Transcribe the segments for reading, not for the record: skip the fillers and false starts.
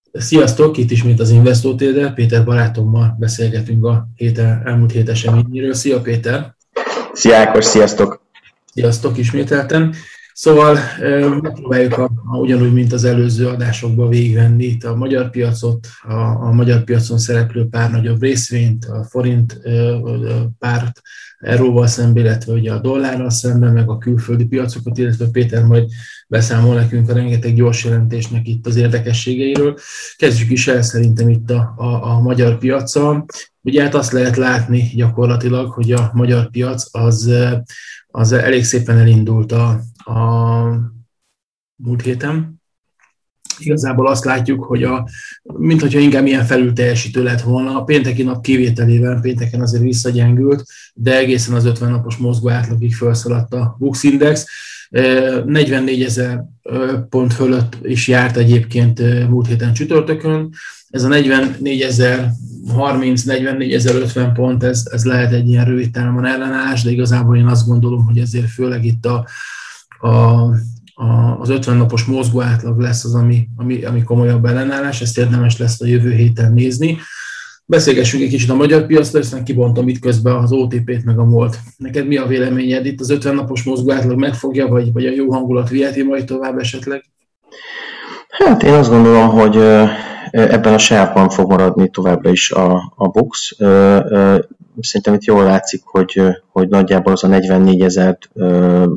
Sziasztok, itt ismét az Investor Trader, Péter barátommal beszélgetünk a elmúlt hét eseményéről. Szia Péter! Szia Ákos, sziasztok! Sziasztok ismételten! Szóval megpróbáljuk ugyanúgy, mint az előző adásokban végigvenni itt a magyar piacot, a magyar piacon szereplő pár nagyobb részvényt, a forint párt euróval szemben, illetve ugye a dollárral szemben, meg a külföldi piacokat, illetve Péter majd beszámol nekünk a rengeteg gyors jelentésnek itt az érdekességeiről. Kezdjük is el szerintem itt a magyar piaccal. Ugye hát azt lehet látni gyakorlatilag, hogy a magyar piac az elég szépen elindult a múlt héten. Igazából azt látjuk, hogy minthogyha inkább ilyen felülteljesítő lett volna. A pénteki nap kivételével, pénteken azért visszagyengült, de egészen az 50 napos mozgó átlagig felszaladt a Bux Index. 44 000 pont fölött is járt egyébként múlt héten csütörtökön. Ez a 44 030, 44 050 pont, ez lehet egy ilyen rövid távon ellenállás, de igazából én azt gondolom, hogy ezért főleg itt az 50 napos mozgó átlag lesz az, ami komolyabb ellenállás, ezt érdemes lesz a jövő héten nézni. Beszélgessünk egy kicsit a magyar piacról, aztán kibontom itt közben az OTP-t meg a MOL-t. Neked mi a véleményed? Itt az 50 napos mozgó átlag megfogja, vagy a jó hangulat viheti majd tovább esetleg? Hát én azt gondolom, hogy ebben a sávban fog maradni továbbra is a Bux. Szerintem itt jól látszik, hogy nagyjából az a 44 000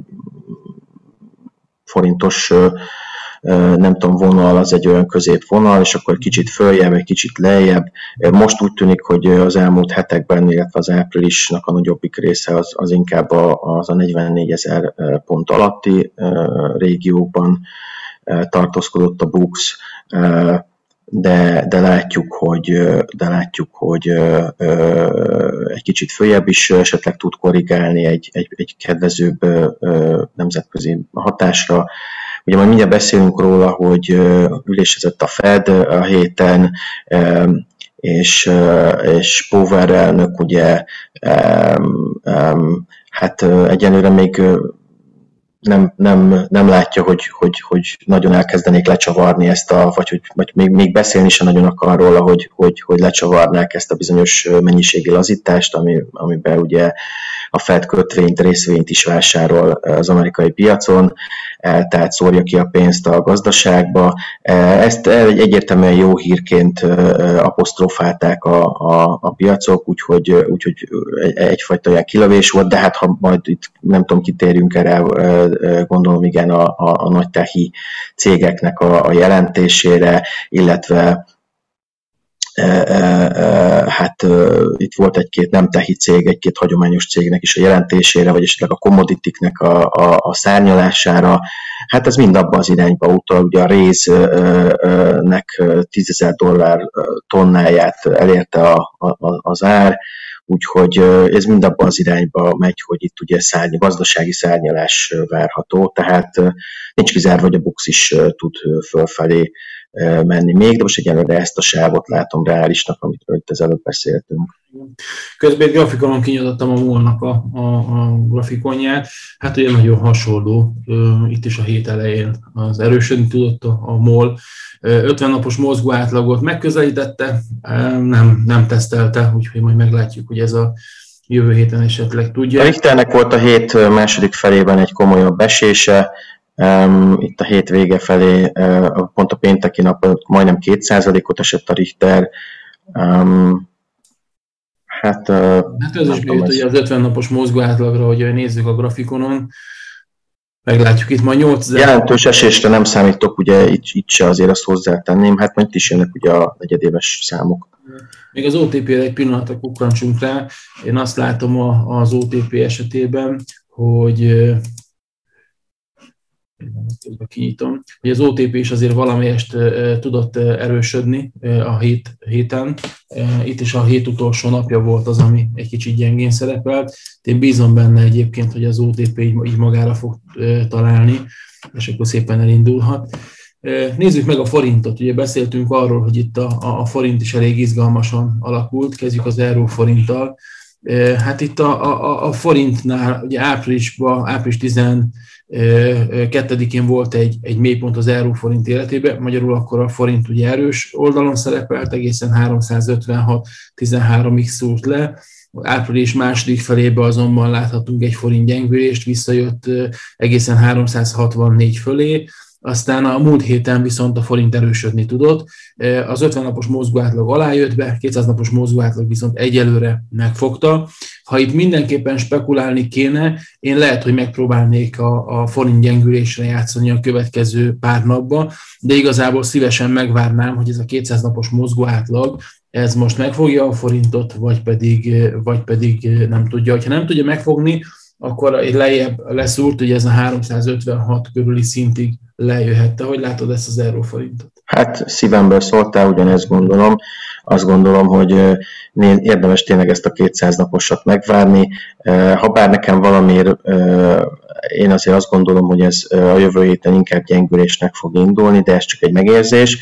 forintos nem tudom, vonal, az egy olyan középvonal, és akkor kicsit följebb, egy kicsit lejjebb. Most úgy tűnik, hogy az elmúlt hetekben, illetve az áprilisnak a nagyobbik része az inkább az a 44 000 pont alatti régióban tartózkodott a Bux, de látjuk, hogy egy kicsit följebb is esetleg tud korrigálni egy kedvezőbb nemzetközi hatásra. Ugye majd mindjárt beszélünk róla, hogy ülésezett a Fed a héten, és Powell elnök ugye hát egyelőre még nem látja, hogy nagyon elkezdenék lecsavarni ezt vagy még beszélni sem nagyon akar róla, hogy lecsavarnák ezt a bizonyos mennyiségi lazítást, amiben ugye a Fed kötvényt, részvényt is vásárol az amerikai piacon, tehát szórja ki a pénzt a gazdaságba. Ezt egyértelműen jó hírként apostrofálták a piacok, úgyhogy egyfajta olyan kilövés volt, de hát ha majd itt nem tudom, kitérjünk erre, gondolom igen a nagytáhi cégeknek a jelentésére, illetve hát itt volt egy-két nem tehi cég, egy-két hagyományos cégnek is a jelentésére, vagy esetleg a commodity-nek a szárnyalására. Hát ez mind abban az irányba utal, ugye a réznek 10 000 $ tonnáját elérte az ár, úgyhogy ez mind abban az irányba megy, hogy itt ugye gazdasági szárnyalás várható, tehát nincs kizárva, hogy a Bux is tud fölfelé menni még, de most egyelőre ezt a sávot látom reálisnak, amitről itt az előbb beszéltünk. Közben egy grafikonon kinyitottam a MOL-nak a grafikonját, hát ugye nagyon hasonló, itt is a hét elején az erősödni tudott a MOL, 50 napos mozgó átlagot megközelítette, nem tesztelte, úgyhogy majd meglátjuk, hogy ez a jövő héten esetleg tudja. A Richternek volt a hét második felében egy komolyabb esése, itt a hét vége felé, pont a pénteki nap majdnem 2%-ot esett a Richter. Hát ez is bejött, hogy az 50 napos mozgó átlagra, hogy nézzük a grafikonon, meglátjuk itt majd 8000. Jelentős esésre nem számítok, ugye itt se azért azt hozzátenném, hát majd itt is jönnek ugye a negyedéves számok. Még az OTP-re egy pillanatra kukkantsunk rá. Én azt látom az OTP esetében, hogy kinyitom, hogy az OTP is azért valamelyest tudott erősödni a héten. Itt is a hét utolsó napja volt az, ami egy kicsit gyengén szerepelt. Én bízom benne egyébként, hogy az OTP így magára fog találni, és akkor szépen elindulhat. Nézzük meg a forintot. Ugye beszéltünk arról, hogy itt a forint is elég izgalmasan alakult. Kezdjük az euró-forinttal. Hát itt a forintnál ugye április 2-én volt egy mélypont az euró-forint életében, magyarul akkor a forint ugye erős oldalon szerepelt, egészen 356,13-ig szúrt le. Április második felébe azonban láthatunk egy forint gyengülést, visszajött egészen 364 fölé, aztán a múlt héten viszont a forint erősödni tudott, az 50 napos mozgóátlag alá jött be, 200 napos mozgóátlag viszont egyelőre megfogta. Ha itt mindenképpen spekulálni kéne, én lehet, hogy megpróbálnék a forint gyengülésre játszani a következő pár napban, de igazából szívesen megvárnám, hogy ez a 200 napos mozgóátlag ez most megfogja a forintot, vagy pedig nem tudja. Ha nem tudja megfogni, akkor lejjebb leszúrt, ugye ez a 356 körüli szintig lejöhet. Te hogy látod ezt az euróforintot? Hát szívemből szóltál, ugyanezt gondolom. Azt gondolom, hogy érdemes tényleg ezt a 200 naposat megvárni. Habár nekem valamiért, én azért azt gondolom, hogy ez a jövő héten inkább gyengülésnek fog indulni, de ez csak egy megérzés,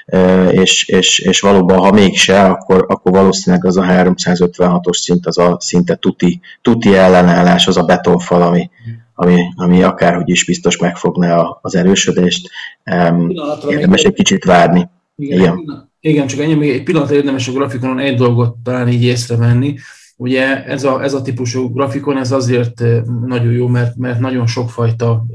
és valóban, ha mégse, akkor valószínűleg az a 356-os szint, az a szinte tuti ellenállás, az a betonfal, ami akárhogy is biztos megfogná az erősödést. Érdemes egy kicsit várni. Igen, csak ennyi, még egy pillanatra érdemes a grafikonon egy dolgot talán így észrevenni. Ugye ez a típusú grafikon, ez azért nagyon jó, mert nagyon sokfajta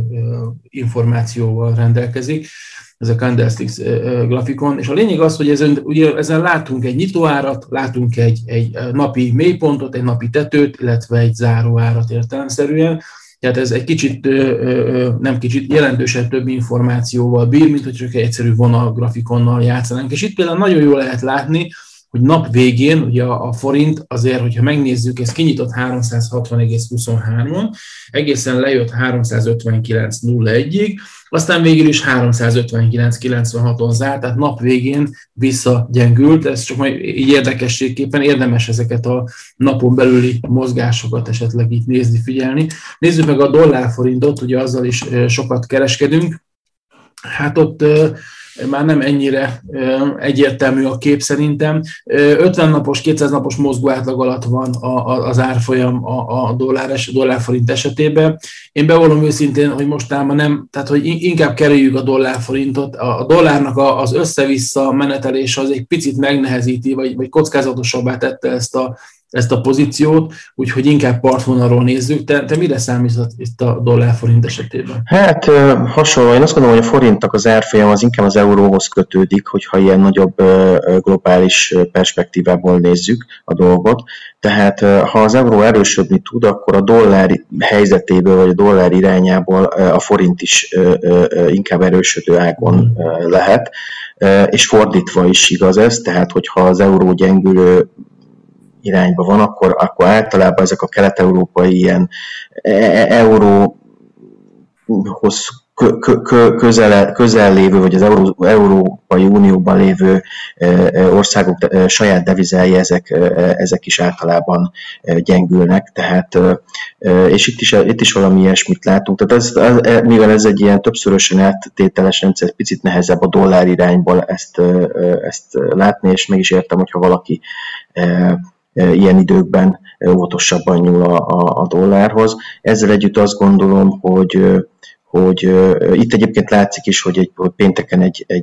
információval rendelkezik, ez a candlesticks grafikon, és a lényeg az, hogy ugye ezen látunk egy nyitóárat, látunk egy napi mélypontot, egy napi tetőt, illetve egy záróárat értelemszerűen. Tehát ez egy kicsit, nem kicsit, jelentősen több információval bír, mint hogy csak egy egyszerű vonalgrafikonnal játszanánk. És itt például nagyon jól lehet látni, hogy nap végén ugye a forint azért, hogyha megnézzük, ez kinyitott 360,23-on, egészen lejött 359,01-ig, aztán végül is 359,96-on zárt, tehát nap végén visszagyengült, ez csak majd így érdekességképpen érdemes ezeket a napon belüli mozgásokat esetleg itt nézni, figyelni. Nézzük meg a dollárforintot, ugye azzal is sokat kereskedünk, hát ott már nem ennyire egyértelmű a kép szerintem. 50 napos, 200 napos mozgóátlag alatt van az árfolyam a dollárforint esetében. Én bevallom őszintén, hogy mostában nem, tehát hogy inkább kerüljük a dollárforintot. A dollárnak az össze-vissza menetelése az egy picit megnehezíti, vagy kockázatosabbá tette ezt a pozíciót, úgyhogy inkább partvonalról nézzük. Te mire számítsz itt a dollár-forint esetében? Hát hasonló. Én azt gondolom, hogy a forintnak az árfolyam az inkább az euróhoz kötődik, hogyha ilyen nagyobb globális perspektívából nézzük a dolgot. Tehát ha az euró erősödni tud, akkor a dollár helyzetéből, vagy a dollár irányából a forint is inkább erősödő ágon lehet, és fordítva is igaz ez, tehát hogyha az euró gyengülő irányba van, akkor általában ezek a kelet-európai ilyen euróhoz közel lévő, vagy az Európai Unióban lévő országok saját devizái, ezek is általában gyengülnek, tehát, és itt is valami ilyesmit látunk. Tehát mivel ez egy ilyen többszörösen áttételes rendszer, picit nehezebb a dollár irányból ezt látni, és meg is értem, hogyha valaki ilyen időkben óvatosabban nyúl a dollárhoz. Ezzel együtt azt gondolom, hogy itt egyébként látszik is, hogy pénteken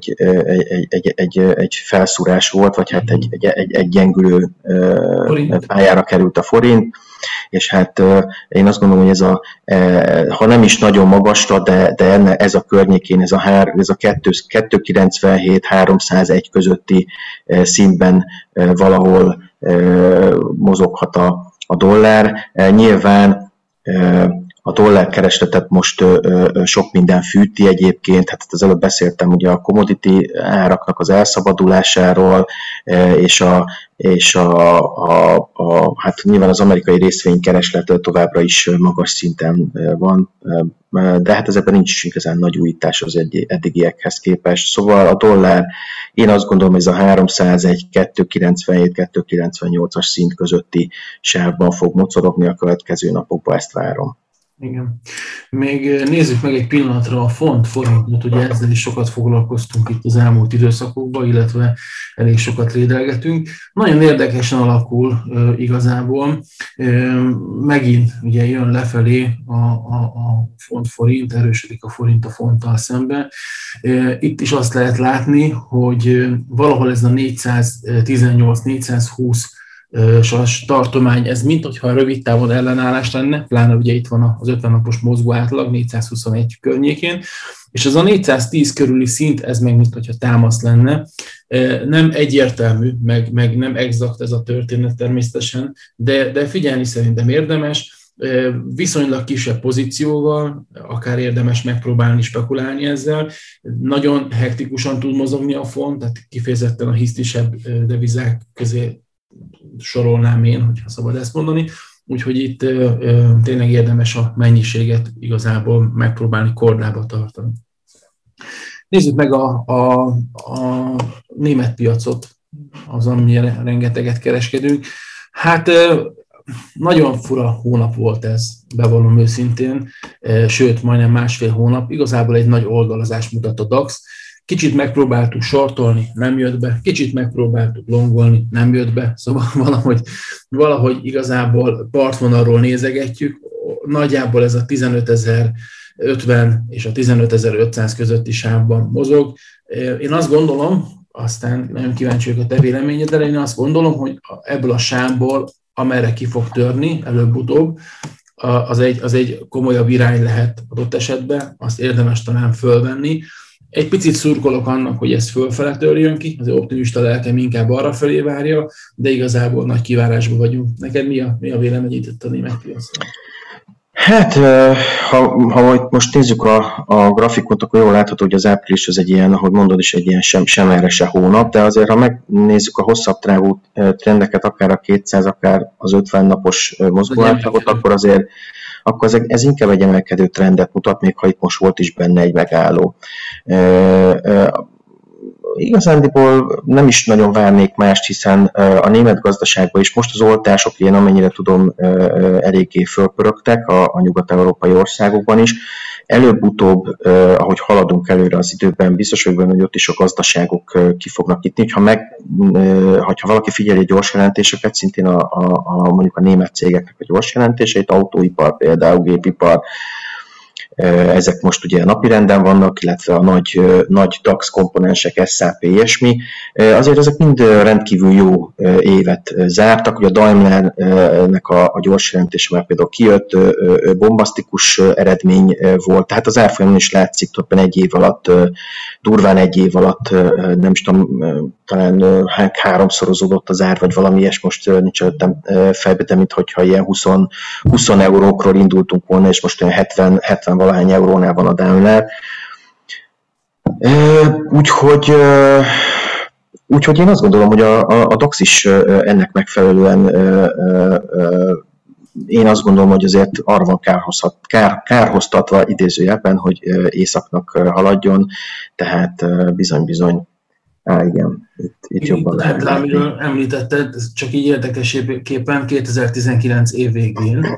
egy felszúrás volt, vagy hát egy gyengülő pályára került a forint, és hát én azt gondolom, hogy ha nem is nagyon magasra, de ez a környékén, ez a 297-301 közötti szintben valahol mozoghat a dollár. Nyilván a dollárkeresletet most sok minden fűti egyébként, hát az előbb beszéltem ugye a commodity áraknak az elszabadulásáról, hát nyilván az amerikai részvénykereslet továbbra is magas szinten van, de hát ezekben nincs is igazán nagy újítás az eddigiekhez képest. Szóval a dollár, én azt gondolom, ez a 301, 297, 298-as szint közötti sávban fog mocorogni a következő napokban, ezt várom. Igen. Még nézzük meg egy pillanatra a forintot, ugye ezzel is sokat foglalkoztunk itt az elmúlt időszakokban, illetve elég sokat lédelgetünk. Nagyon érdekesen alakul igazából. Megint ugye jön lefelé a font-forint, erősödik a forint a fonttal szemben. Itt is azt lehet látni, hogy valahol ez a 418-420 tartomány, ez minthogyha rövid távon ellenállás lenne, pláne ugye itt van az 50 napos mozgó átlag 421 környékén, és az a 410 körüli szint, ez meg minthogyha támasz lenne. Nem egyértelmű, meg nem exakt ez a történet természetesen, de figyelni szerintem érdemes, viszonylag kisebb pozícióval, akár érdemes megpróbálni spekulálni ezzel. Nagyon hektikusan tud mozogni a font, tehát kifejezetten a hisztisebb devizák közé sorolnám én, hogyha szabad ezt mondani. Úgyhogy itt tényleg érdemes a mennyiséget igazából megpróbálni kordába tartani. Nézzük meg a német piacot, az, amilyen rengeteget kereskedünk. Hát nagyon fura hónap volt ez, bevallom őszintén, sőt, majdnem másfél hónap. Igazából egy nagy oldalazást mutat a DAX. Kicsit megpróbáltuk sortolni, nem jött be, kicsit megpróbáltuk longolni, nem jött be, szóval valahogy igazából partvonalról nézegetjük, nagyjából ez a 15.050 és a 15.500 közötti sávban mozog. Én azt gondolom, aztán nagyon kíváncsi vagyok a te véleményedre, én azt gondolom, hogy ebből a sávból, amerre ki fog törni, előbb-utóbb, az egy komolyabb irány lehet adott esetben, azt érdemes talán fölvenni. Egy picit szurkolok annak, hogy ez fölfele törjön ki, az optimista lelkem inkább arra felé várja, de igazából nagy kivárásban vagyunk. Neked mi a véleményed itt a német piacon? Hát, ha most nézzük a grafikot, akkor jól látható, hogy az április az egy ilyen, ahogy mondod is, egy ilyen sem erre se hónap, de azért, ha megnézzük a hosszabb távú trendeket, akár a 200, akár az 50 napos mozgóátlagot, akkor ez inkább egy emelkedő trendet mutat, még ha itt most volt is benne egy megálló. Igazándiból nem is nagyon várnék mást, hiszen a német gazdaságban is most az oltások, én amennyire tudom, eléggé fölpörögtek a nyugat-európai országokban is. Előbb-utóbb, ahogy haladunk előre az időben, biztos vagyok benne, hogy ott is a gazdaságok ki fognak nyitni. Ha valaki figyeli a gyors jelentéseket, szintén mondjuk a német cégeknek a gyors jelentéseit, autóipar, például gépipar, ezek most ugye napirenden vannak, illetve a nagy DAX komponensek, SAP, ilyesmi. Azért ezek mind rendkívül jó évet zártak. Ugye a Daimlernek a gyors jelentése már például kijött, bombasztikus eredmény volt, tehát az árfolyamon is látszik, durván egy év alatt, nem is tudom, talán háromszorozódott az ár, vagy valami ilyes, most nincs előttem fejbe, de minthogyha ilyen 20 eurókról indultunk volna, és most olyan 70 valahány eurónál van a Daimler. Úgyhogy én azt gondolom, hogy a DAX is ennek megfelelően én azt gondolom, hogy azért arra van kárhoztatva idézőjelben, hogy északnak haladjon, tehát bizony. Igen, itt jobban lehet látni. Amiről említetted, csak így érdekesképpen 2019 év végén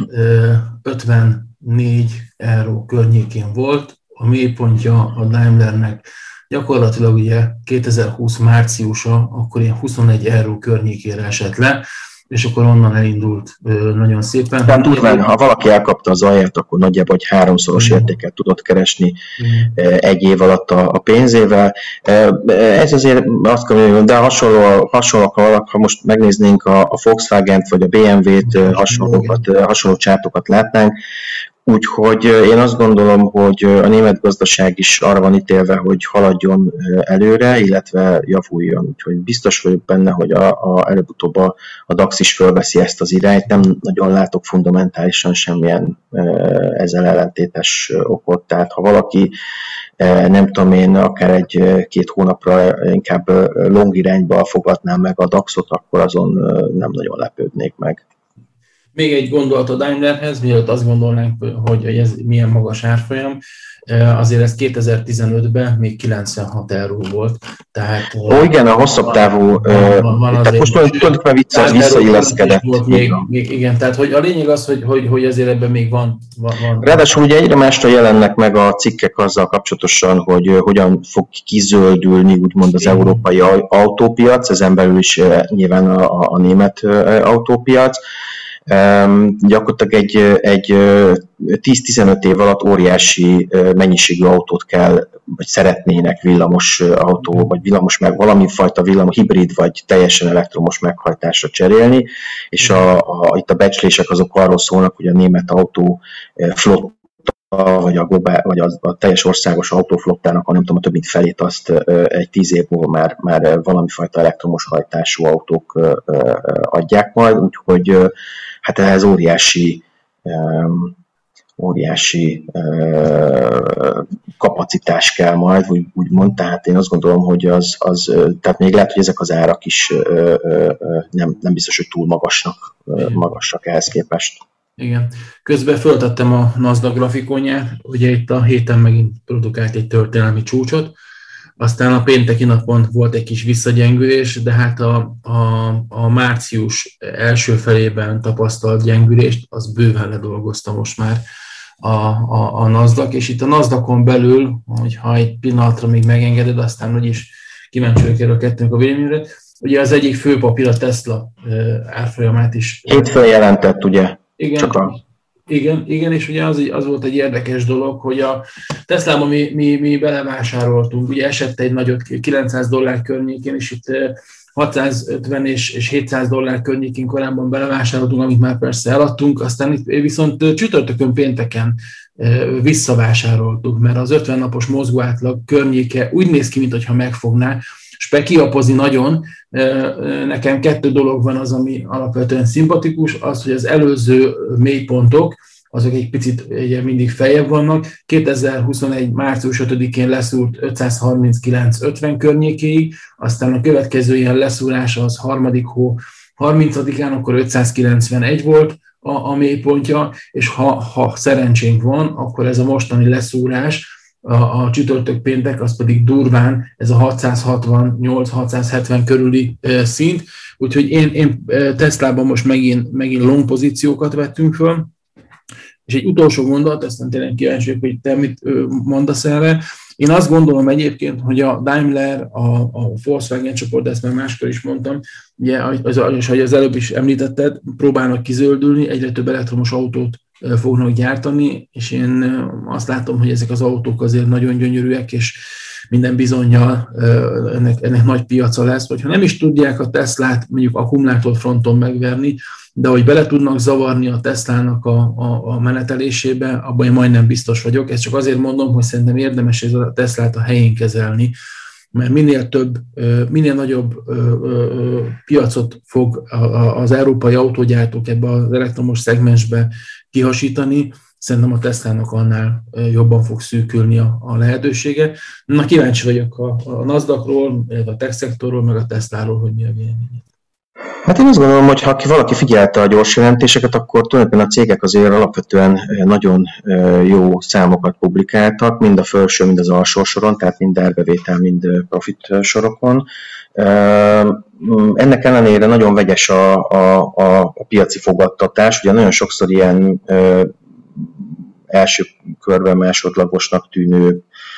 54 euró környékén volt, a mélypontja a Daimlernek gyakorlatilag ugye 2020 márciusa, akkor ilyen 21 euró környékére esett le, és akkor onnan elindult nagyon szépen. Tehát durván, ha valaki elkapta az alját, akkor nagyjából egy háromszoros értéket tudott keresni egy év alatt a pénzével. Ez azért azt kell mondani, de hasonlóak, ha most megnéznénk a Volkswagen-t vagy a BMW-t, hasonló csártokat látnánk. Úgyhogy én azt gondolom, hogy a német gazdaság is arra van ítélve, hogy haladjon előre, illetve javuljon. Úgyhogy biztos vagyok benne, hogy előbb-utóbb a DAX is fölveszi ezt az irányt. Nem nagyon látok fundamentálisan semmilyen ezzel ellentétes okot. Tehát ha valaki, nem tudom én, akár egy-két hónapra inkább long irányba fogadnám meg a DAX-ot, akkor azon nem nagyon lepődnék meg. Még egy gondolat a Daimlerhez, mielőtt azt gondolnánk, hogy ez milyen magas árfolyam, azért ez 2015-ben még 96 euró volt. Tehát, igen, a hosszabb távú, tehát most tulajdonképpen visszailleszkedett. Igen, tehát hogy a lényeg az, hogy azért ebben még van. Ráadásul ugye egyre másra jelennek meg a cikkek azzal kapcsolatosan, hogy hogyan fog kizöldülni úgymond az európai autópiac, ezen belül is nyilván a német autópiac. Gyakorlatilag egy 10-15 év alatt óriási mennyiségű autót kell, vagy szeretnének villamos autó, vagy villamos meg valami fajta villamos hibrid, vagy teljesen elektromos meghajtásra cserélni, és itt a becslések azok arról szólnak, hogy a német autó flotta, vagy a teljes országos autóflottának, nem tudom, a több mint felét azt egy 10 év múlva már valami fajta elektromos hajtású autók adják majd, úgyhogy hát ehhez óriási kapacitás kell majd, úgymond, tehát én azt gondolom, hogy tehát még lehet, hogy ezek az árak is nem biztos, hogy túl magasak ehhez képest. Igen. Közben föltettem a Nasdaq grafikonját, ugye itt a héten megint produkált egy történelmi csúcsot, aztán a pénteki napon volt egy kis visszagyengülés, de hát a március első felében tapasztalt gyengülést, az bőven ledolgozta most már a Nasdaq, és itt a Nasdaqon belül, hogyha egy pillanatra még megengeded, aztán úgyis kíváncsi vagyok erről a kettőnk a véleményre, ugye az egyik fő papír a Tesla árfolyamát is. Hétfőn jelentett, ugye? Igen, és ugye az volt egy érdekes dolog, hogy a Teslában mi belevásároltunk, ugye esett egy nagyot $900 környékén, és itt 650 és $700 környékén korábban belevásároltunk, amit már persze eladtunk, aztán itt viszont csütörtökön, pénteken visszavásároltuk, mert az 50 napos mozgóátlag környéke úgy néz ki, mintha megfogná, kiapozni nagyon. Nekem 2 dolog van az, ami alapvetően szimpatikus, az, hogy az előző mélypontok, azok egy picit ugye mindig feljebb vannak. 2021. március 5-én leszúrt 539,50 környékéig, aztán a következő ilyen leszúrása az harmadik hó 30-án, akkor 591 volt a mélypontja, és ha szerencsénk van, akkor ez a mostani leszúrás, a csütörtök péntek, az pedig durván ez a 668-670 körüli szint, úgyhogy én Teslában most megint long pozíciókat vettünk föl, és egy utolsó mondat, aztán tényleg kíváncsi vagyok, hogy te mit mondasz erre. Én azt gondolom egyébként, hogy a Daimler, a Volkswagen csoport, de ezt már máskor is mondtam, ugye, és ahogy az előbb is említetted, próbálnak kizöldülni, egyre több elektromos autót fognak gyártani, és én azt látom, hogy ezek az autók azért nagyon gyönyörűek, és minden bizonnyal ennek nagy piaca lesz, vagy ha nem is tudják a Teslát mondjuk akkumulátor fronton megverni, de hogy bele tudnak zavarni a Teslának a menetelésébe, abban én majdnem biztos vagyok. Ezt csak azért mondom, hogy szerintem érdemes ez a Teslát a helyén kezelni, mert minél nagyobb piacot fog az európai autógyártók ebbe az elektromos szegmensbe kihasítani, szerintem a Teslának annál jobban fog szűkülni a lehetősége. Na, kíváncsi vagyok a Nasdaqról, a tech szektorról, meg a Tesláról, hogy mi a véleményed. Hát én azt gondolom, hogy ha valaki figyelte a gyors jelentéseket, akkor tulajdonképpen a cégek azért alapvetően nagyon jó számokat publikáltak, mind a felső, mind az alsó soron, tehát mind árbevétel, mind profit sorokon. Ennek ellenére nagyon vegyes a piaci fogadtatás, ugye nagyon sokszor ilyen első körben másodlagosnak tűnő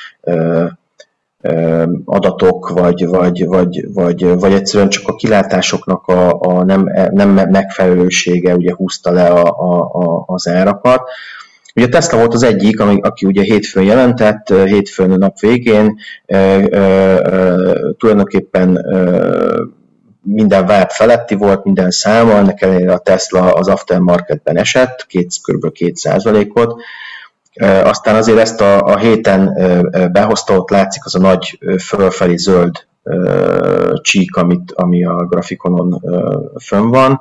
adatok, vagy egyszerűen csak a kilátásoknak a nem megfelelősége ugye húzta le az árakat. Ugye Tesla volt az egyik, aki ugye hétfőn jelentett, hétfőn a nap végén, tulajdonképpen minden várt feletti volt, minden száma, ennek ellenére a Tesla az aftermarketben esett, kb. 2%-ot. Aztán azért ezt a héten behozta, ott látszik az a nagy fölfelé zöld csík, ami a grafikonon fönn van.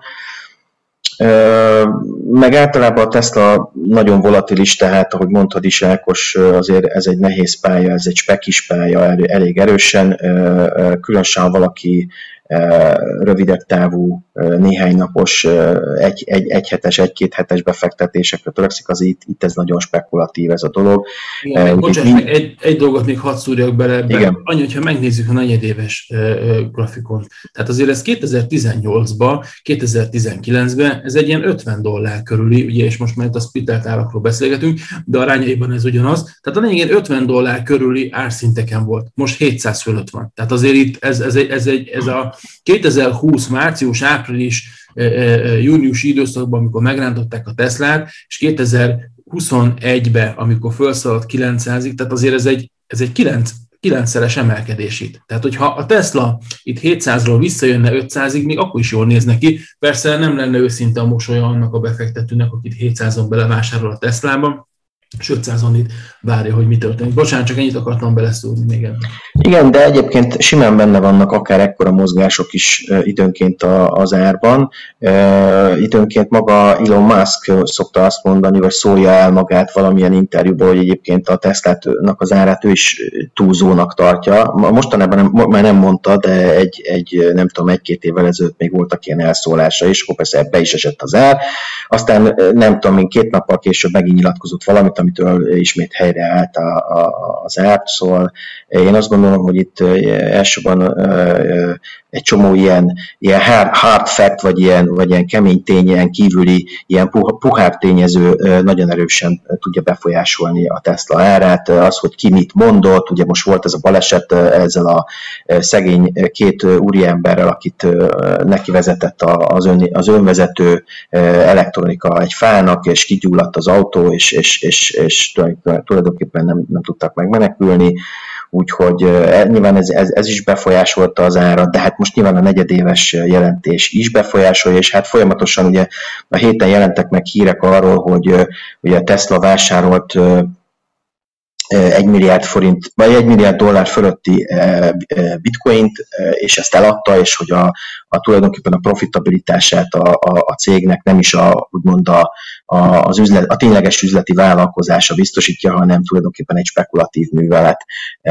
Meg általában a Tesla nagyon volatilis, tehát ahogy mondtad is, Ákos, azért ez egy nehéz pálya, ez egy spekis pálya, elég erősen, különösen valaki rövidebb távú néhány napos, egy hetes, egy-két hetes befektetésekre törekszik, az itt ez nagyon spekulatív ez a dolog. Igen, egy dolgot még hadd szúrjak bele ebben. Annyi, hogyha megnézzük a negyedéves grafikont. Tehát azért ez 2018-ban, 2019-ben ez egy ilyen $50 körüli, ugye, és most már itt a splittelt árakról beszélgetünk, de arányaiban ez ugyanaz. Tehát a lényegén $50 körüli árszinteken volt. Most 700 fölött van. Tehát azért itt ez a 2020 március, április, júniusi időszakban, amikor megrántották a Teslát, és 2021-ben, amikor felszaladt 900-ig, tehát azért ez egy 9-szeres emelkedés itt. Tehát, hogyha a Tesla itt 700-ról visszajönne 500-ig, még akkor is jól néz neki. Persze nem lenne őszinte a mosolya annak a befektetőnek, akit 700-on belevásárol a Teslába, és 500-on itt várja, hogy mi történik. Bocsánat, csak ennyit akartam beleszúrni még ebben. Igen, de egyébként simán benne vannak akár ekkora mozgások is időnként az árban. Időnként maga Elon Musk szokta azt mondani, vagy szólja el magát valamilyen interjúból, hogy egyébként a Teslának az árát ő is túlzónak tartja. Mostanában már nem mondta, de nem tudom, egy-két évvel ezelőtt még voltak ilyen elszólása is, akkor persze ebbe is esett az ár. Aztán nem tudom, még 2 nappal később megint nyilatkozott valamit, amitől ismét helyreállt az ár. Szóval én azt gondolom, hogy itt elsősorban egy csomó ilyen hard fact, vagy ilyen kemény tényen kívüli, ilyen puhább tényező nagyon erősen tudja befolyásolni a Tesla árát. Az, hogy ki mit mondott, ugye most volt ez a baleset ezzel a szegény 2 úriemberrel, akit neki vezetett az önvezető elektronika egy fának, és kigyulladt az autó, és tulajdonképpen nem tudtak megmenekülni. Úgyhogy nyilván ez is befolyásolta az árat, de hát most nyilván a negyedéves jelentés is befolyásolja, és hát folyamatosan ugye a héten jelentek meg hírek arról, hogy ugye a Tesla vásárolt $1 milliárd vagy $1 milliárd fölötti bitcoint, és ezt eladta, és hogy tulajdonképpen a profitabilitását a cégnek nem is úgymond a tényleges üzleti vállalkozása biztosítja, hanem tulajdonképpen egy spekulatív művelet.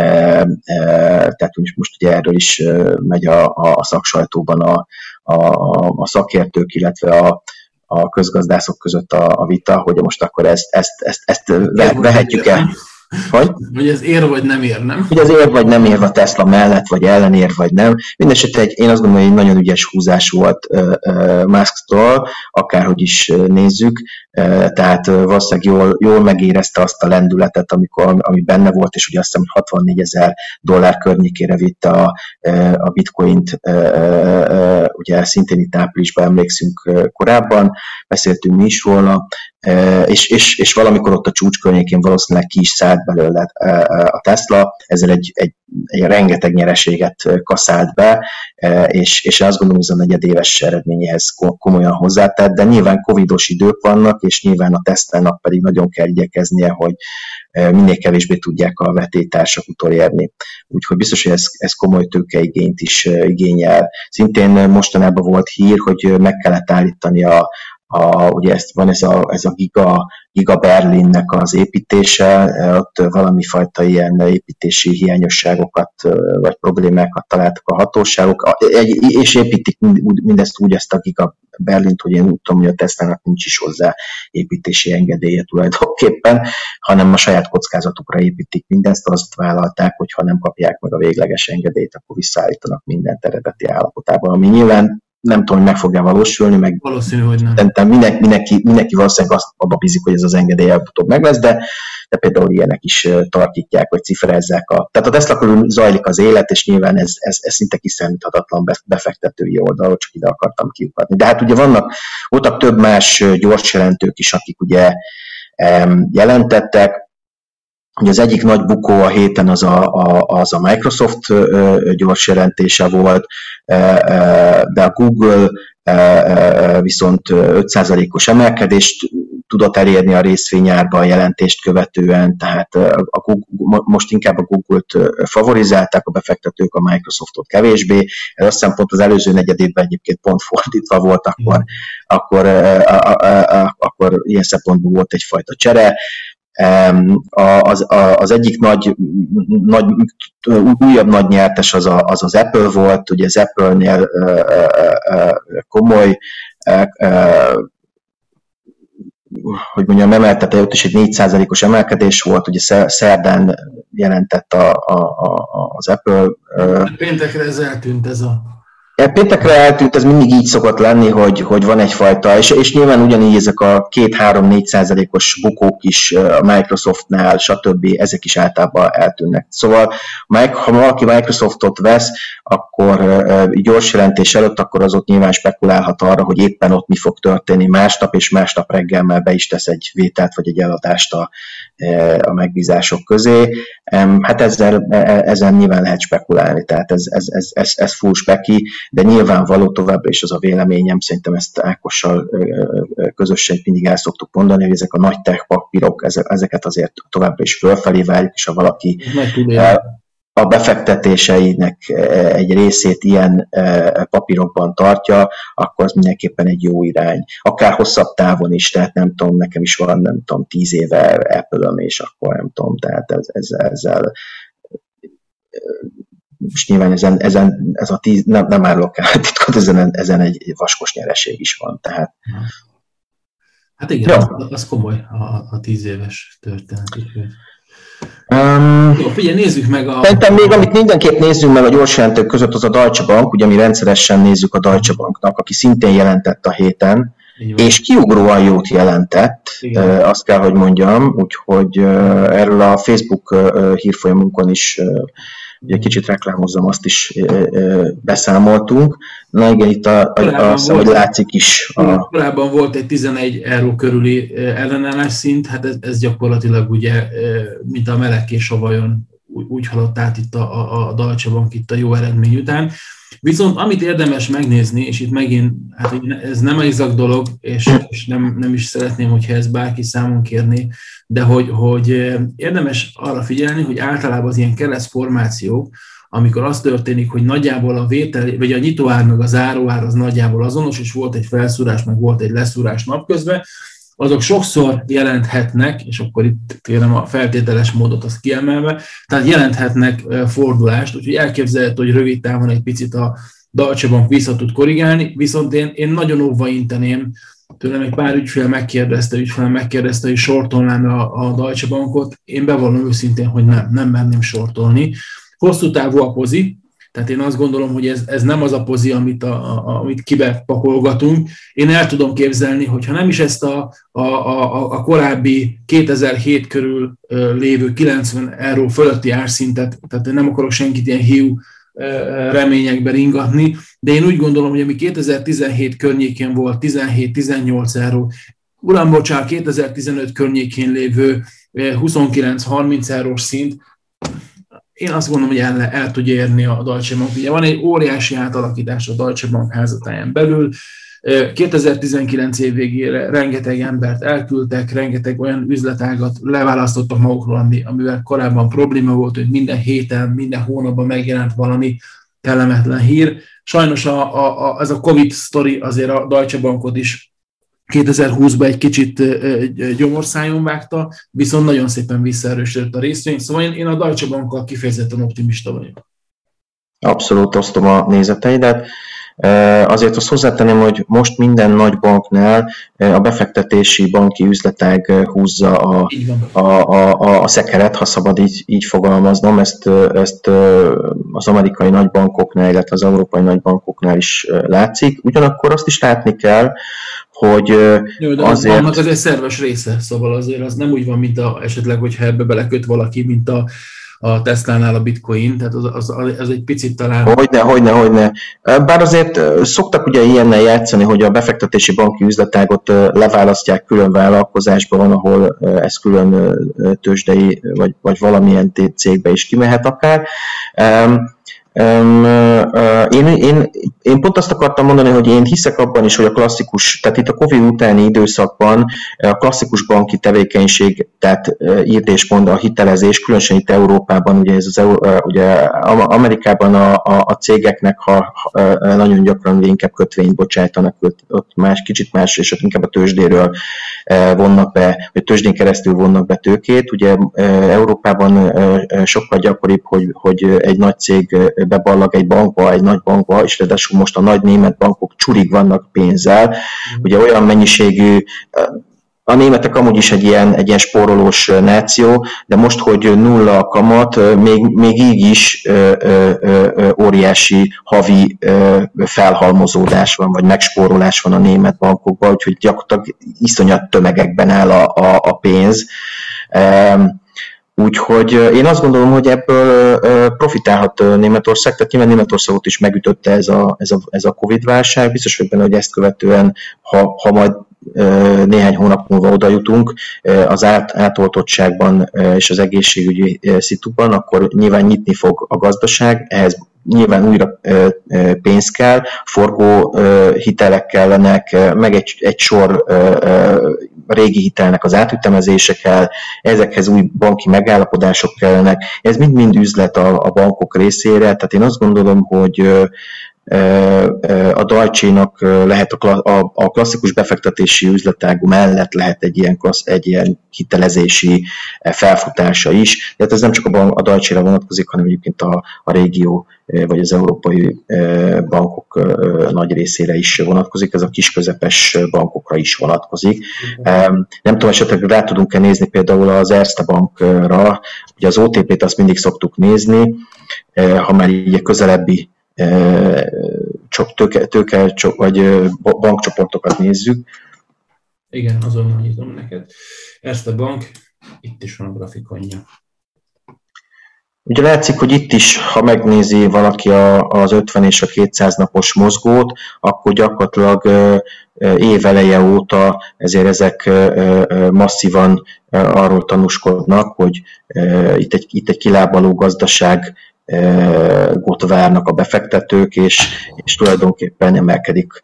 Tehát most ugye erről is megy a szaksajtóban a szakértők, illetve a közgazdászok között a vita, hogy most akkor ezt vehetjük el. Hogy ez ér vagy nem ér, nem? Hogy az ér vagy nem ér a Tesla mellett, vagy ellenér, vagy nem. Mindenesetre én azt gondolom, hogy egy nagyon ügyes húzás volt Musktól, akárhogy is nézzük, tehát valószínűleg jól megérezte azt a lendületet, ami benne volt, és ugye azt hiszem, hogy $64,000 környékére vitte a bitcoint, ugye szintén itt áprilisban emlékszünk korábban, beszéltünk mi is róla, és valamikor ott a csúcs környékén valószínűleg ki is szállt belőle a Tesla, ezzel egy rengeteg nyereséget kaszált be, és azt gondolom, hogy ez a negyedéves eredményéhez komolyan hozzátett, de nyilván covidos idők vannak, és nyilván a Teslának pedig nagyon kell igyekeznie, hogy minél kevésbé tudják a vetélytársak utolérni. Úgyhogy biztos, hogy ez komoly tőkeigényt is igényel. Szintén mostanában volt hír, hogy meg kellett állítani ugye van ez a Giga Berlinnek az építése, ott valami fajta ilyen építési hiányosságokat vagy problémákat találtak a hatóságok, és építik mindezt úgy ezt a Giga Berlint, hogy én úgy tudom, hogy a Teslának nincs is hozzá építési engedélye tulajdonképpen, hanem a saját kockázatukra építik mindezt, azt vállalták, hogy ha nem kapják meg a végleges engedélyt, akkor visszaállítanak mindent eredeti állapotában, ami nyilván nem tudom, hogy meg fog-e valósulni, meg valószínű, hogy nem. Szerintem mindenki valószínűleg abba bízik, hogy ez az engedély előbb meg lesz, de például ilyenek is tartítják, vagy cifrezzák. Tehát a Tesla körül zajlik az élet, és nyilván ez szinte kiszámíthatatlan befektetői oldalról, csak ide akartam kiukadni. De hát ugye voltak több más gyors jelentők is, akik ugye jelentettek. Ugye az egyik nagy bukó a héten az a Microsoft gyors jelentése volt, de a Google viszont 5%-os emelkedést tudott elérni a részvényárba a jelentést követően, tehát most inkább a Google-t favorizálták a befektetők, a Microsoftot kevésbé. Ez azt hiszem pont az előző negyedévben egyébként pont fordítva volt, akkor ilyen szempontból volt egyfajta csere. Az egyik újabb nagy nyertes az Apple volt, ugye az Apple-nél komoly hogy mondjam, emeltette, ott is egy 4%-os emelkedés volt, ugye szerdán jelentett az Apple. Péntekre ez eltűnt Péntekre eltűnt, ez mindig így szokott lenni, hogy van egyfajta, és nyilván ugyanígy ezek a 2-3-4%-os bukók is a Microsoftnál, stb. Ezek is általában eltűnnek. Szóval, ha valaki Microsoftot vesz, akkor gyors jelentés előtt, akkor az ott nyilván spekulálhat arra, hogy éppen ott mi fog történni másnap, és másnap reggel be is tesz egy vételt, vagy egy eladást a megbízások közé. Hát ezen nyilván lehet spekulálni, tehát ez full speki, de nyilvánvaló továbbra is az a véleményem, szerintem ezt Ákossal közösen mindig el szoktuk mondani, hogy ezek a nagy tech papírok, ezeket azért továbbra is fölfelé várjuk, és ha valaki a befektetéseinek egy részét ilyen papírokban tartja, akkor az mindenképpen egy jó irány. Akár hosszabb távon is, tehát nem tudom, nekem is van, 10 éve Apple-öm, és akkor nem tudom, tehát ezzel most nyilván ez a 10, nem árulok el titkot, ezen egy vaskos nyereség is van, tehát. Hát igen, az komoly a 10 éves történet. Jó, figyelj, nézzük meg Szerintem még, amit mindenképp nézzünk meg a gyorsjelentők között, az a Deutsche Bank, ugye mi rendszeresen nézzük a Deutsche Banknak, aki szintén jelentett a héten, és kiugróan jót jelentett, azt kell, hogy mondjam, úgyhogy erről a Facebook hírfolyamunkon is ugye kicsit reklámozzam, azt is beszámoltunk. Na igen, itt hogy látszik is. Korábban volt egy 11 euró körüli ellenállás szint, hát ez gyakorlatilag ugye, mint a melegkés a vajon, úgy haladt át itt a Deutsche Bank itt a jó eredmény után. Viszont amit érdemes megnézni, és itt megint, hát ez nem exakt dolog, és nem is szeretném, hogyha ezt bárki számon kérni, de hogy érdemes arra figyelni, hogy általában az ilyen keresztformációk, amikor az történik, hogy nagyjából a vétel, vagy a nyitóár meg a záróár az nagyjából azonos, és volt egy felszúrás, meg volt egy leszúrás napközben, azok sokszor jelenthetnek, és akkor itt kérem a feltételes módot azt kiemelve, tehát jelenthetnek fordulást, úgyhogy elképzelhető, hogy rövid távon egy picit a Deutsche Bank vissza tud korrigálni, viszont én nagyon óva inteném, tőlem egy pár ügyfél megkérdezte, hogy sortolnám a Deutsche Bankot, én bevallom őszintén, hogy nem merném sortolni. Hosszú távú a pozi, tehát én azt gondolom, hogy ez nem az a pozi, amit kibepakolgatunk. Én el tudom képzelni, hogyha nem is ezt a korábbi 2007 körül lévő 90 euró fölötti árszintet, tehát én nem akarok senkit ilyen hiú reményekbe ringatni, de én úgy gondolom, hogy ami 2017 környékén volt 17-18 euró, uram, bocsánat, 2015 környékén lévő 29-30 eurós szint, én azt gondolom, hogy el tudja érni a Deutsche Bank. Ugye van egy óriási átalakítás a Deutsche Bank házatáján belül. 2019 év végére rengeteg embert elküldtek, rengeteg olyan üzletágat leválasztottak magukról, amivel korábban probléma volt, hogy minden héten, minden hónapban megjelent valami kellemetlen hír. Sajnos ez a Covid sztori azért a Deutsche Bankot is 2020-ban egy kicsit gyomorszájon vágta, viszont nagyon szépen visszaerősödött a részvény, szóval én a Deutsche Bankkal kifejezetten optimista vagyok. Abszolút osztom a nézeteidet. Azért azt hozzátenném, hogy most minden nagy banknál a befektetési banki üzletág húzza a szekeret, ha szabad így fogalmaznom, ezt az amerikai nagybankoknál, illetve az európai nagybankoknál is látszik. Ugyanakkor azt is látni kell, hogy jó, de azért... Annak ez egy szerves része, szóval azért az nem úgy van, mint esetleg, hogyha ebbe beleköt valaki, mint a Tesla-nál a bitcoin, tehát az egy picit talán... Hogyne. Bár azért szoktak ugye ilyennel játszani, hogy a befektetési banki üzletágot leválasztják külön vállalkozásba, van, ahol ez külön tőzsdei, vagy valamilyen cégbe is kimehet akár. Én pont azt akartam mondani, hogy én hiszek abban is, hogy a klasszikus, tehát itt a Covid utáni időszakban a klasszikus banki tevékenység, tehát írd és mond a hitelezés, különösen itt Európában, ugye, ugye Amerikában a cégeknek, ha nagyon gyakran inkább kötvényt bocsájtanak, ott kicsit más, és ott inkább a tőzsdéről vonnak be, vagy tőzsdén keresztül vonnak be tőkét. Ugye Európában sokkal gyakoribb, hogy egy nagy cég beballag egy bankba, egy nagy bankba, és ráadásul most a nagy német bankok csurig vannak pénzzel. Ugye olyan mennyiségű, a németek amúgy is egy ilyen spórolós náció, de most, hogy nulla a kamat, még így is óriási havi felhalmozódás van, vagy megspórolás van a német bankokban, úgyhogy gyakorlatilag iszonyat tömegekben áll a pénz. Úgyhogy én azt gondolom, hogy ebből profitálhat Németország, tehát nyilván Németországot is megütötte ez a Covid-válság. Biztos vagyok benne, hogy ezt követően, ha majd néhány hónap múlva oda jutunk az átoltottságban és az egészségügyi szituban, akkor nyilván nyitni fog a gazdaság, ehhez nyilván újra pénz kell, forgó hitelek kellenek, meg egy sor régi hitelnek az átütemezése kell, ezekhez új banki megállapodások kellenek, ez mind-mind üzlet a bankok részére, tehát én azt gondolom, hogy a Deutsche-nak lehet a klasszikus befektetési üzletág mellett lehet egy ilyen hitelezési felfutása is. Tehát ez nem csak a Deutsche-re vonatkozik, hanem egyébként a régió vagy az európai bankok nagy részére is vonatkozik, ez a kisközepes bankokra is vonatkozik. Nem tudom, esetleg rá tudunk-e nézni például az Erste Bankra, ugye az OTP-t azt mindig szoktuk nézni, ha már így a közelebbi tőke vagy bankcsoportokat nézzük. Igen, azonnal nyitom neked. Erste Bank, itt is van a grafikonja. Ugye látszik, hogy itt is, ha megnézi valaki az 50 és a 200 napos mozgót, akkor gyakorlatilag éveleje óta ezért ezek masszívan arról tanúskodnak, hogy itt egy kilábaló gazdaság várnak a befektetők, és tulajdonképpen emelkedik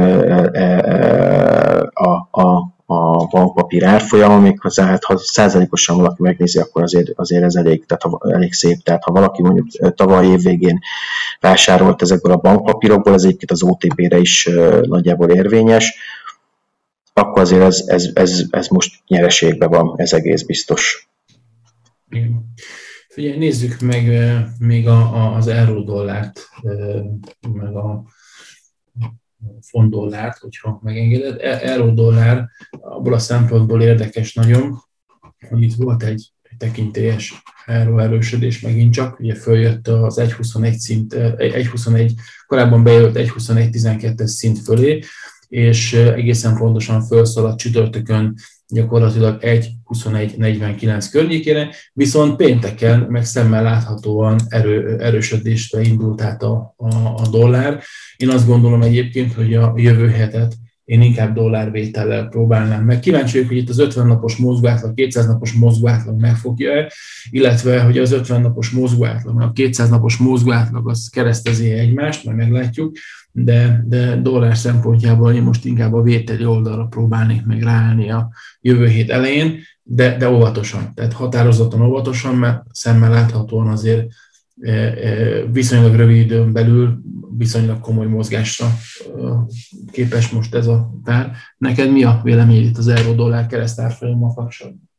a bankpapír árfolyama, méghozzá ha százalékosan valaki megnézi, akkor azért ez elég szép. Tehát ha valaki mondjuk tavaly év végén vásárolt ezekből a bankpapírokból, ez egyébként az OTP-re is nagyjából érvényes, akkor azért ez most nyereségben van, ez egész biztos. Figyelj, nézzük meg még az euró-dollárt, meg a font-dollárt, hogyha megengeded. Euró-dollár abból a szempontból érdekes nagyon, hogy itt volt egy tekintélyes erősödés megint csak, ugye följött az 1.21 szint, 1.21, korábban bejött 1.21.12-es szint fölé, és egészen pontosan felszaladt csütörtökön gyakorlatilag 1.21.49 környékére, viszont pénteken meg szemmel láthatóan erősödésre indult át a dollár. Én azt gondolom egyébként, hogy a jövő hetet én inkább dollárvétellel próbálnám meg. Kíváncsi vagyok, hogy itt az 50 napos mozgóátlag, 200 napos mozgóátlag megfogja-e, illetve hogy az 50 napos mozgóátlag, a 200 napos mozgóátlag az keresztezi egymást, majd meglátjuk, de dollár szempontjából én most inkább a vételi oldalra próbálnék meg ráállni a jövő hét elején, de óvatosan, tehát határozottan óvatosan, mert szemmel láthatóan azért viszonylag rövid időn belül viszonylag komoly mozgásra képes most ez a pár. Neked mi a vélemény itt az euró-dollár keresztárfolyammal kapcsolatban?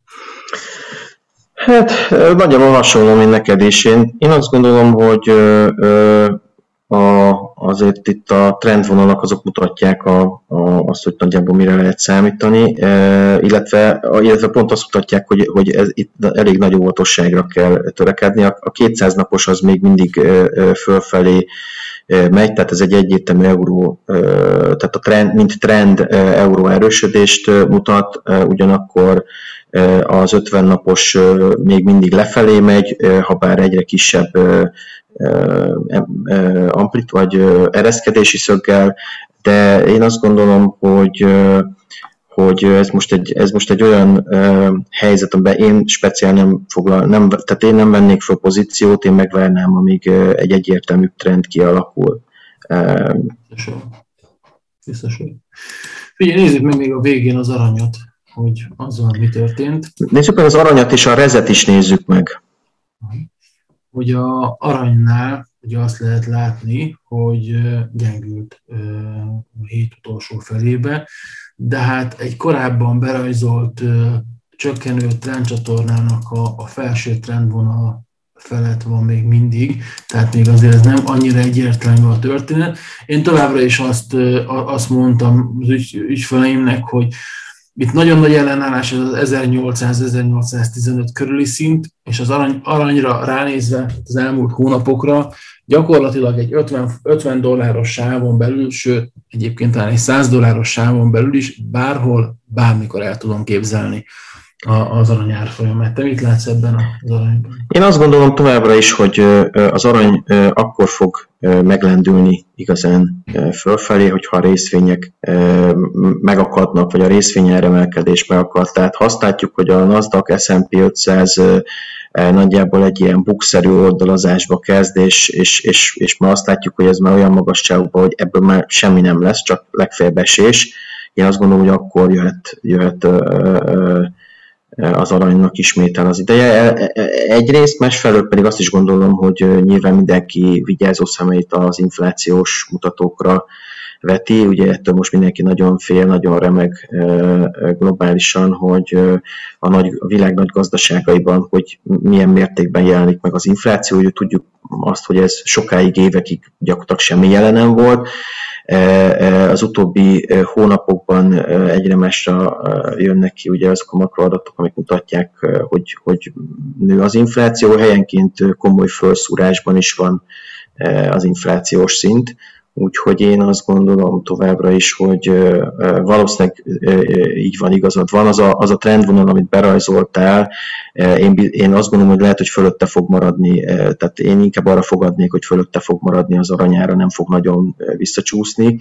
Hát nagyjából hasonló, mint neked is. Én azt gondolom, hogy azért itt a trendvonalak azok mutatják azt, hogy nagyjából mire lehet számítani, illetve pont azt mutatják, hogy itt elég nagy óvatosságra kell törekedni. A 200 napos az még mindig fölfelé megy, tehát ez egy egyértelmű euró, tehát a trend, mint trend euró erősödést mutat, ugyanakkor az 50 napos még mindig lefelé megy, ha bár egyre kisebb vagy ereszkedési szöggel, de én azt gondolom, hogy ez most egy olyan helyzet, amiben én speciál tehát én nem vennék fel pozíciót, én megvárnám, amíg egy egyértelmű trend kialakul. Biztos. Figyelj, nézzük meg még a végén az aranyat, hogy azzal mi történt. Nézzük meg az aranyat, és a rezet is nézzük meg. Hogy az aranynál ugye azt lehet látni, hogy gyengült a hét utolsó felébe, de hát egy korábban berajzolt csökkenő trendcsatornának a felső trendvonal felett van még mindig, tehát még azért ez nem annyira egyértelmű a történet. Én továbbra is azt mondtam az ügyfeleimnek, hogy itt nagyon nagy ellenállás az 1800-1815 körüli szint, és az aranyra ránézve az elmúlt hónapokra gyakorlatilag egy $50 sávon belül, sőt, egyébként talán egy $100 sávon belül is bárhol, bármikor el tudom képzelni az arany árfolyamát. Te mit látsz ebben az aranyban? Én azt gondolom továbbra is, hogy az arany akkor fog meglendülni igazán fölfelé, hogyha a részvények megakadnak, vagy a részvényáremelkedés megakad. Tehát ha azt látjuk, hogy a Nasdaq S&P 500 nagyjából egy ilyen bukszerű oldalazásba kezd, és ma azt látjuk, hogy ez már olyan magasságban, hogy ebből már semmi nem lesz, csak legfeljebb esés. Én azt gondolom, hogy akkor jöhet az aranynak ismétel az ideje. Egyrészt, másfelől pedig azt is gondolom, hogy nyilván mindenki vigyázó szemeit az inflációs mutatókra veti. Ugye ettől most mindenki nagyon fél, nagyon remeg globálisan, hogy a világ nagy gazdaságaiban, hogy milyen mértékben jelenik meg az infláció. Ugye tudjuk azt, hogy ez sokáig, évekig gyakorlatilag semmi jelen nem volt. Az utóbbi hónapokban egyre másra jönnek ki ugye azok a makroadatok, amik mutatják, hogy nő az infláció. Helyenként komoly felszúrásban is van az inflációs szint. Úgyhogy én azt gondolom továbbra is, hogy valószínűleg így van, igazad van. Az a trendvonal, amit berajzoltál, én azt gondolom, hogy lehet, hogy fölötte fog maradni. Tehát én inkább arra fogadnék, hogy fölötte fog maradni az aranyára, nem fog nagyon visszacsúszni.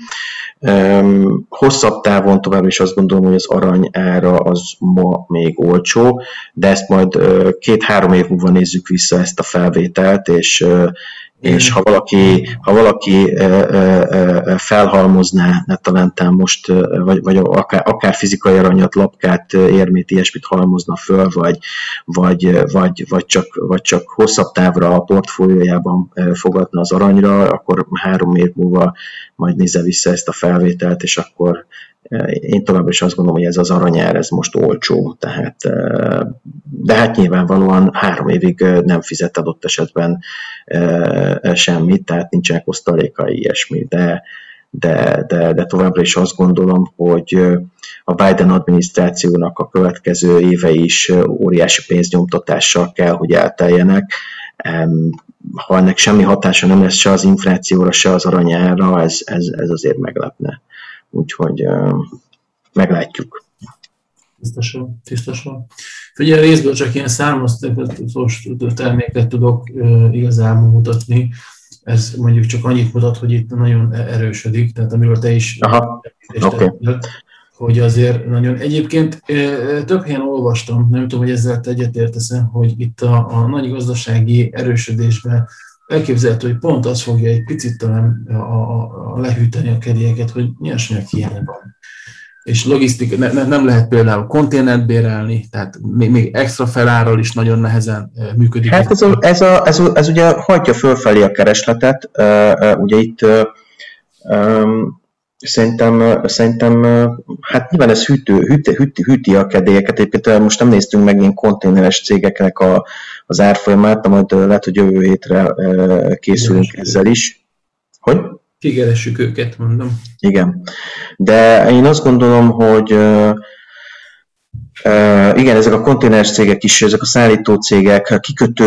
Hosszabb távon továbbra is azt gondolom, hogy az arany ára az ma még olcsó, de ezt majd 2-3 év múlva nézzük vissza ezt a felvételt, és ha valaki felhalmozná netalántán most, vagy akár fizikai aranyat, lapkát, érmét, ilyesmit halmozna föl, vagy csak hosszabb távra a portfóliójában fogadna az aranyra, akkor 3 év múlva majd nézze vissza ezt a felvételt, és akkor én továbbra is azt gondolom, hogy ez az aranyár, ez most olcsó, tehát, de hát nyilvánvalóan 3 évig nem fizet adott esetben semmit, tehát nincsenek osztalékai, ilyesmi, de továbbra is azt gondolom, hogy a Biden adminisztrációnak a következő évei is óriási pénznyomtatással kell, hogy elteljenek. Ha ennek semmi hatása nem lesz se az inflációra, se az aranyára, ez azért meglepne. Úgyhogy meglátjuk. Tisztosan. Figyelj, részből csak ilyen származtatós terméket tudok igazából mutatni. Ez mondjuk csak annyit mutat, hogy itt nagyon erősödik, tehát amiről te is hogy azért nagyon... Egyébként több helyen olvastam, nem tudom, hogy ezzel te egyetértesz, hogy itt a nagy gazdasági erősödésben elképzelhető, hogy pont az fogja egy picit talán lehűteni a kedélyeket, hogy nyersanyag hiány van. És logisztika, nem lehet például konténert bérelni, tehát még extra felárral is nagyon nehezen működik. Hát ez ugye hajtja fölfelé a keresletet, ugye itt szerintem hát nyilván ez hűti a kedélyeket. Egyébként most nem néztünk meg ilyen konténeres cégeknek az árfolyamát, de majd lehet, hogy jövő hétre készülünk ezzel is. Hogy? Kigeressük őket, mondom. Igen. De én azt gondolom, hogy igen, ezek a konténeres cégek is, ezek a szállító cégek,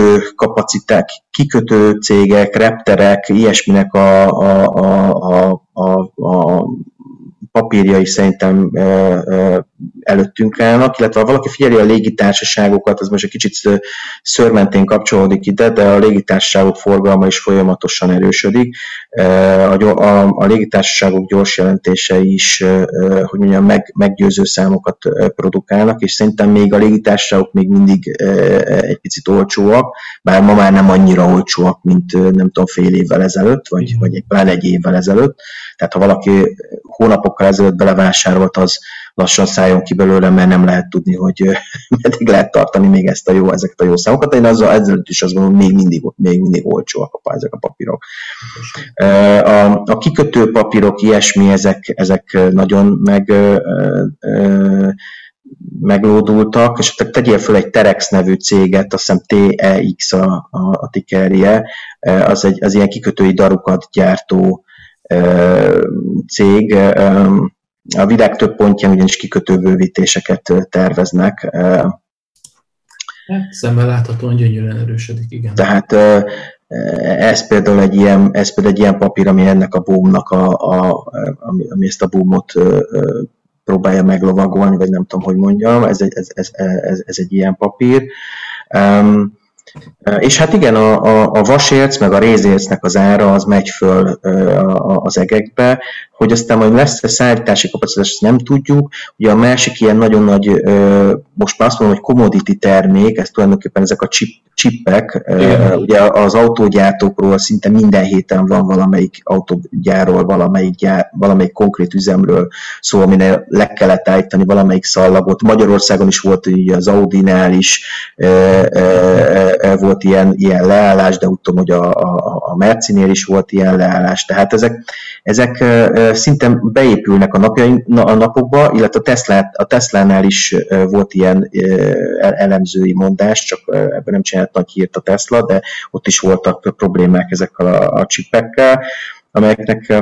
kikötő cégek, repterek, ilyesminek a papírjai szerintem előttünk állnak, illetve ha valaki figyeli a légitársaságokat, ez most egy kicsit szőrmentén kapcsolódik ide, de a légitársaságok forgalma is folyamatosan erősödik. A légitársaságok gyors jelentései is, hogy mondjam, meggyőző számokat produkálnak, és szerintem még a légitársaságok még mindig egy picit olcsóak, bár ma már nem annyira olcsóak, mint nem tudom, fél évvel ezelőtt, vagy pláne egy évvel ezelőtt. Tehát ha valaki hónapokkal ezelőtt belevásárolt, az lassan szálljon ki belőle, mert nem lehet tudni, hogy meddig lehet tartani még ezeket a jó számokat. Én ezelőtt is azt gondolom, még mindig olcsóak ezek a papírok. A kikötő papírok, ilyesmi, ezek nagyon meglódultak, és tegyél föl egy Terex nevű céget, azt hiszem TEX a tickerje, az ilyen kikötői darukat gyártó cég. A világ több pontján ugyanis kikötőbővítéseket terveznek. Szemmel láthatóan gyönyörűen erősödik, igen. Tehát ez például egy ilyen papír, ami ennek a boomnak, ami ezt a boomot próbálja meglovagolni, vagy nem tudom, hogy mondjam, ez egy ilyen papír. És hát igen, a vasérc, meg a rézércnek az ára az megy föl az egekbe, hogy aztán majd lesz-e szállítási kapacitás, ezt nem tudjuk. Ugye a másik ilyen nagyon nagy, most már azt mondom, hogy commodity termék, ez tulajdonképpen ezek a csippek, ugye az autógyártókról szinte minden héten van valamelyik autógyárról, valamelyik konkrét üzemről szó, aminél le kellett állítani valamelyik szallagot. Magyarországon is volt ugye az Audinál is volt ilyen leállás, de úgy tudom, hogy a Mercinél is volt ilyen leállás. Tehát ezek szinte beépülnek a napokba, illetve a Teslánál is volt ilyen elemzői mondás, csak ebben nem csinált nagy hírt a Tesla, de ott is voltak problémák ezekkel a csipekkel, amelyeknek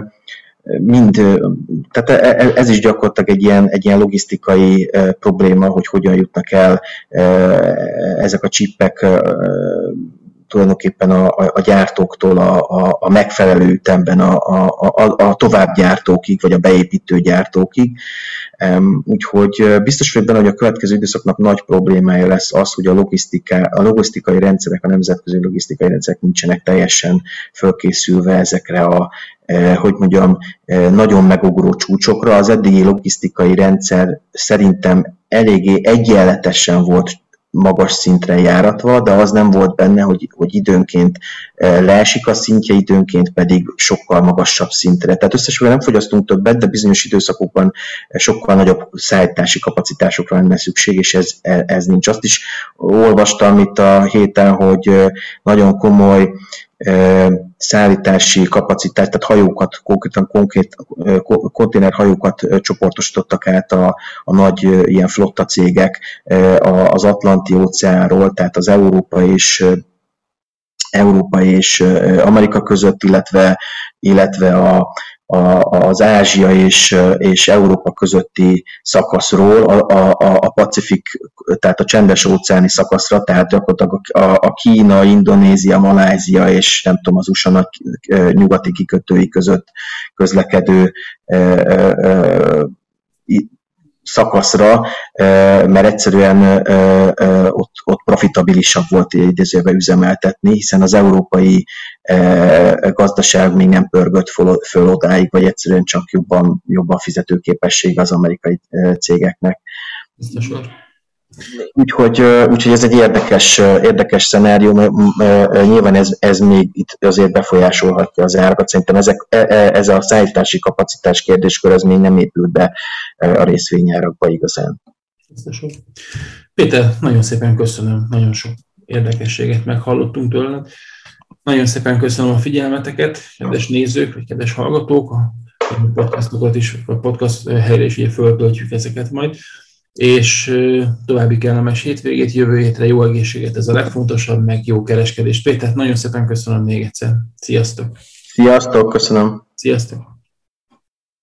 tehát ez is gyakorlatilag egy ilyen logisztikai probléma, hogy hogyan jutnak el ezek a csippek tulajdonképpen a gyártóktól a megfelelő ütemben a továbbgyártókig, vagy a beépítő gyártókig. Úgyhogy biztos vagyok benne, hogy a következő időszaknak nagy problémája lesz az, hogy a logisztikai rendszerek, a nemzetközi logisztikai rendszerek nincsenek teljesen fölkészülve ezekre hogy mondjam, nagyon megugró csúcsokra. Az eddigi logisztikai rendszer szerintem eléggé egyenletesen volt magas szintre járatva, de az nem volt benne, hogy időnként leesik a szintje, időnként pedig sokkal magasabb szintre. Tehát összességében nem fogyasztunk többet, de bizonyos időszakokban sokkal nagyobb szállítási kapacitásokra lenne szükség, és ez nincs. Azt is olvastam itt a héten, hogy nagyon komoly szállítási kapacitás, tehát hajókat, konkrét konténerhajókat csoportosítottak át a nagy ilyen flotta cégek az Atlanti-óceánról, tehát az Európa és Amerika között, illetve az Ázsia és Európa közötti szakaszról a Pacifik, tehát a csendes-óceáni szakaszra, tehát gyakorlatilag a Kína, Indonézia, Malázia és nem tudom, az USA nagy nyugati kikötői között közlekedő szakaszra, mert egyszerűen ott profitabilisabb volt idézőben üzemeltetni, hiszen az európai gazdaság még nem pörgött föl odáig, vagy egyszerűen csak jobban fizetőképessége az amerikai cégeknek. Úgyhogy ez egy érdekes szenárió, nyilván ez még itt azért befolyásolhatja az árakat. Szerintem ez a szállítási kapacitás kérdéskör ez még nem épült be a részvényárakba igazán. Péter, nagyon szépen köszönöm, nagyon sok érdekességet meghallottunk tőled. Nagyon szépen köszönöm a figyelmeteket, kedves nézők, vagy kedves hallgatók, a podcastokat is, a podcast helyre is ugye föltöltjük ezeket majd. És további kellemes hétvégét, jövő hétre jó egészséget, ez a legfontosabb, meg jó kereskedést. Péter, nagyon szépen köszönöm még egyszer. Sziasztok! Sziasztok, köszönöm! Sziasztok!